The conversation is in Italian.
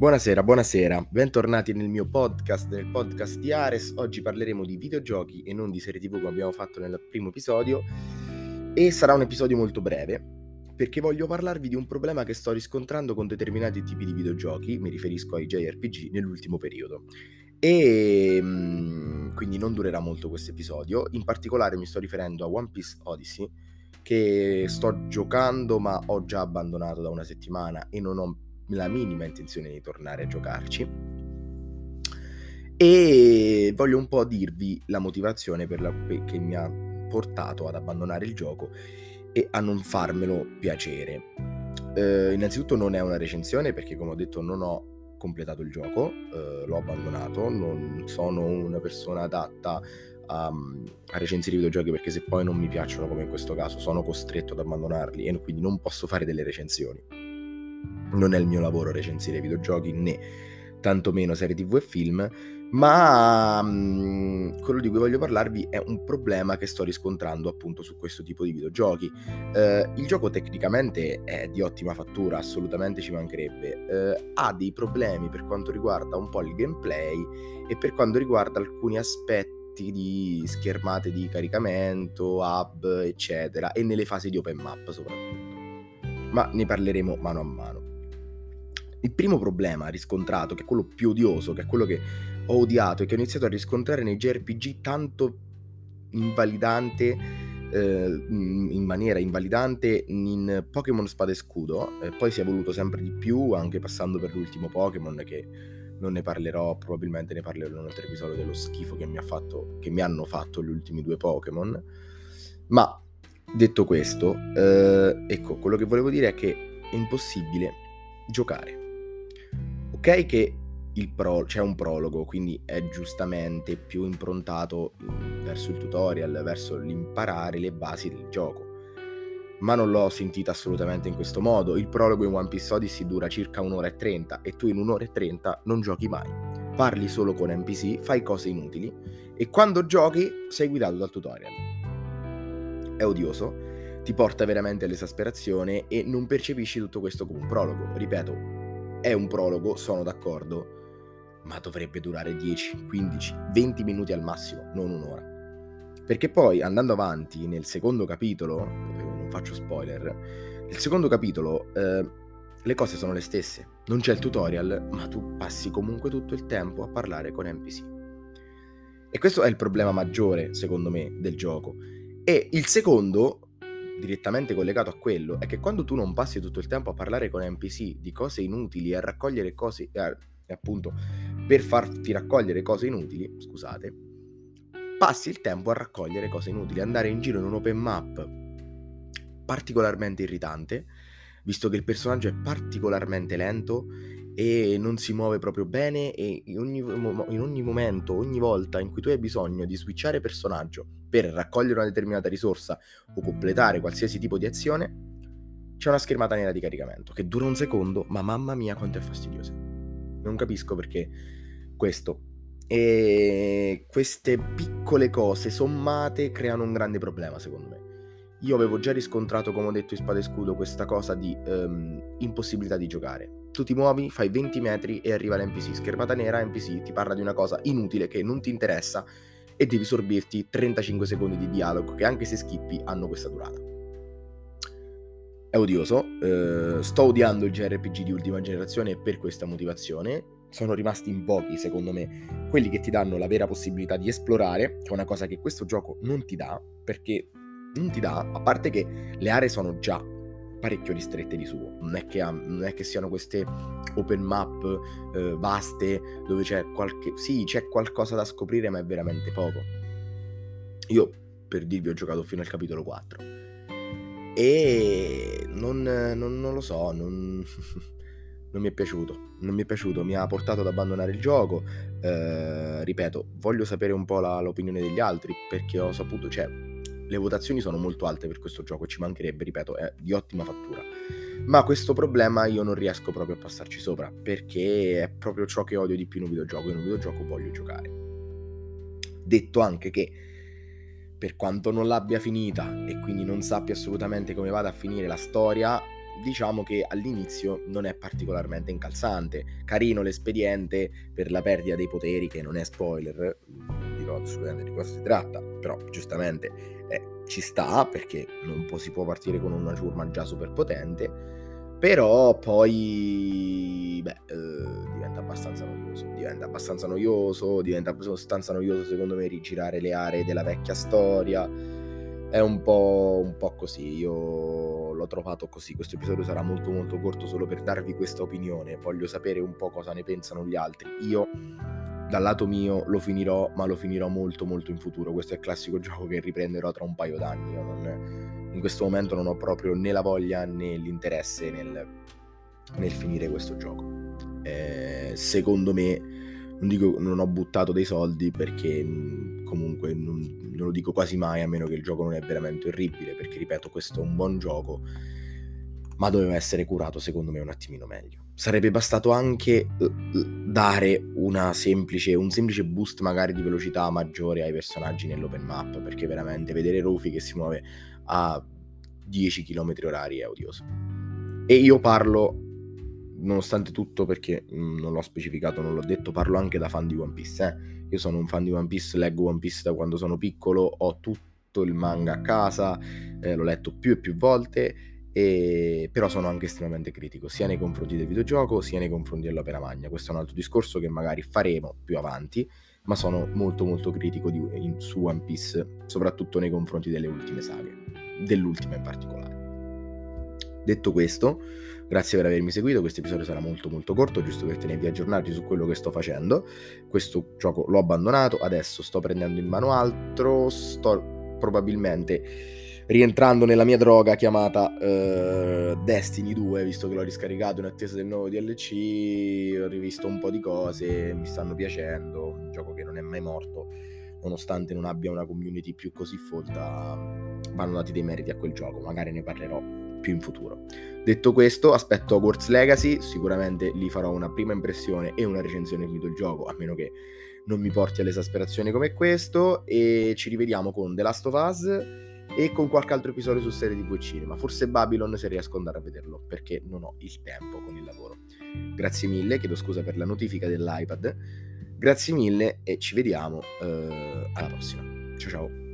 Buonasera, bentornati nel podcast di Ares. Oggi parleremo di videogiochi e non di serie TV come abbiamo fatto nel primo episodio, e sarà un episodio molto breve perché voglio parlarvi di un problema che sto riscontrando con determinati tipi di videogiochi, mi riferisco ai JRPG, nell'ultimo periodo. E quindi non durerà molto questo episodio. In particolare mi sto riferendo a One Piece Odyssey, che sto giocando ma ho già abbandonato da una settimana e non ho la minima intenzione di tornare a giocarci, e voglio un po' dirvi la motivazione che mi ha portato ad abbandonare il gioco e a non farmelo piacere. Innanzitutto non è una recensione perché, come ho detto, non ho completato il gioco, l'ho abbandonato, non sono una persona adatta a recensire i videogiochi, perché se poi non mi piacciono, come in questo caso, sono costretto ad abbandonarli e quindi non posso fare delle recensioni. Non è il mio lavoro recensire videogiochi, né tantomeno serie TV e film, ma quello di cui voglio parlarvi è un problema che sto riscontrando appunto su questo tipo di videogiochi. Il gioco tecnicamente è di ottima fattura, assolutamente, ci mancherebbe. Ha dei problemi per quanto riguarda un po' il gameplay e per quanto riguarda alcuni aspetti di schermate di caricamento, hub, eccetera, e nelle fasi di open map soprattutto. Ma ne parleremo mano a mano. Il primo problema riscontrato, che è quello più odioso, che è quello che ho odiato e che ho iniziato a riscontrare nei JRPG tanto invalidante, in maniera invalidante in Pokémon Spada e Scudo, poi si è evoluto sempre di più, anche passando per l'ultimo Pokémon, che non ne parlerò, probabilmente ne parlerò in un altro episodio, dello schifo che mi hanno fatto gli ultimi due Pokémon. Ma detto questo, ecco, quello che volevo dire è che è impossibile giocare. Ok che c'è un prologo, quindi è giustamente più improntato verso il tutorial, verso l'imparare le basi del gioco, ma non l'ho sentita assolutamente in questo modo. Il prologo in One Piece Odyssey dura circa 1 ora e 30 e tu in 1 ora e 30 non giochi mai. Parli solo con NPC, fai cose inutili e quando giochi sei guidato dal tutorial. È odioso, ti porta veramente all'esasperazione e non percepisci tutto questo come un prologo. Ripeto, è un prologo, sono d'accordo, ma dovrebbe durare 10, 15, 20 minuti al massimo, non un'ora. Perché poi, andando avanti nel secondo capitolo, non faccio spoiler, nel secondo capitolo le cose sono le stesse. Non c'è il tutorial, ma tu passi comunque tutto il tempo a parlare con NPC. E questo è il problema maggiore, secondo me, del gioco. E il secondo, direttamente collegato a quello, è che quando tu non passi tutto il tempo a parlare con NPC di cose inutili e a raccogliere cose, e appunto per farti raccogliere cose inutili, scusate, passi il tempo a raccogliere cose inutili, andare in giro in un open map particolarmente irritante, visto che il personaggio è particolarmente lento e non si muove proprio bene, e in ogni momento, ogni volta in cui tu hai bisogno di switchare personaggio per raccogliere una determinata risorsa o completare qualsiasi tipo di azione, c'è una schermata nera di caricamento che dura un secondo, ma mamma mia quanto è fastidiosa. Non capisco perché questo. E queste piccole cose sommate creano un grande problema, secondo me. Io avevo già riscontrato, come ho detto in Spada e Scudo, questa cosa di impossibilità di giocare. Tu ti muovi, fai 20 metri e arriva l'NPC, schermata nera, NPC ti parla di una cosa inutile che non ti interessa e devi sorbirti 35 secondi di dialogo che, anche se skippi, hanno questa durata. È odioso, sto odiando il JRPG di ultima generazione per questa motivazione. Sono rimasti in pochi, secondo me, quelli che ti danno la vera possibilità di esplorare, che è una cosa che questo gioco non ti dà, perché non ti dà, a parte che le aree sono già parecchio ristrette di suo, non è che siano queste open map vaste dove c'è qualcosa da scoprire, ma è veramente poco. Io, per dirvi, ho giocato fino al capitolo 4 e non lo so, non mi è piaciuto, mi ha portato ad abbandonare il gioco. Ripeto, voglio sapere un po' l'opinione degli altri, perché ho saputo, le votazioni sono molto alte per questo gioco, ci mancherebbe, ripeto, è di ottima fattura, ma questo problema io non riesco proprio a passarci sopra, perché è proprio ciò che odio di più in un videogioco. In un videogioco voglio giocare. Detto anche che, per quanto non l'abbia finita e quindi non sappia assolutamente come vada a finire la storia, diciamo che all'inizio non è particolarmente incalzante. Carino l'espediente per la perdita dei poteri, che non è spoiler, non dirò assolutamente di cosa si tratta, però giustamente ci sta, perché si può partire con una ciurma già super potente, però poi diventa abbastanza noioso secondo me rigirare le aree della vecchia storia. È un po' così, io l'ho trovato così. Questo episodio sarà molto molto corto solo per darvi questa opinione, voglio sapere un po' cosa ne pensano gli altri. Io dal lato mio lo finirò, ma lo finirò molto molto in futuro. Questo è il classico gioco che riprenderò tra un paio d'anni. In questo momento non ho proprio né la voglia né l'interesse nel finire questo gioco. Secondo me, non dico non ho buttato dei soldi, perché comunque non lo dico quasi mai, a meno che il gioco non è veramente orribile, perché ripeto, questo è un buon gioco, ma doveva essere curato secondo me un attimino meglio. Sarebbe bastato anche dare un semplice boost magari di velocità maggiore ai personaggi nell'open map, perché veramente vedere Rufy che si muove a 10 km orari è odioso. E io parlo, nonostante tutto, perché non l'ho specificato, non l'ho detto, parlo anche da fan di One Piece. Io sono un fan di One Piece, leggo One Piece da quando sono piccolo, ho tutto il manga a casa, l'ho letto più e più volte, però sono anche estremamente critico, sia nei confronti del videogioco, sia nei confronti dell'opera magna. Questo è un altro discorso che magari faremo più avanti, ma sono molto molto critico su One Piece, soprattutto nei confronti delle ultime saghe, dell'ultima in particolare. Detto questo, grazie per avermi seguito. Questo episodio sarà molto molto corto, giusto per tenervi aggiornati su quello che sto facendo. Questo gioco l'ho abbandonato, adesso sto prendendo in mano altro, sto probabilmente rientrando nella mia droga chiamata Destiny 2, visto che l'ho riscaricato in attesa del nuovo DLC, ho rivisto un po' di cose, mi stanno piacendo, un gioco che non è mai morto, nonostante non abbia una community più così folta, vanno dati dei meriti a quel gioco, magari ne parlerò più in futuro. Detto questo, aspetto Hogwarts Legacy, sicuramente lì farò una prima impressione e una recensione finito il gioco, a meno che non mi porti all'esasperazione come questo, e ci rivediamo con The Last of Us e con qualche altro episodio su serie TV e cinema, forse Babylon se riesco ad andare a vederlo, perché non ho il tempo con il lavoro. Grazie mille, chiedo scusa per la notifica dell'iPad, grazie mille e ci vediamo alla prossima. Ciao ciao.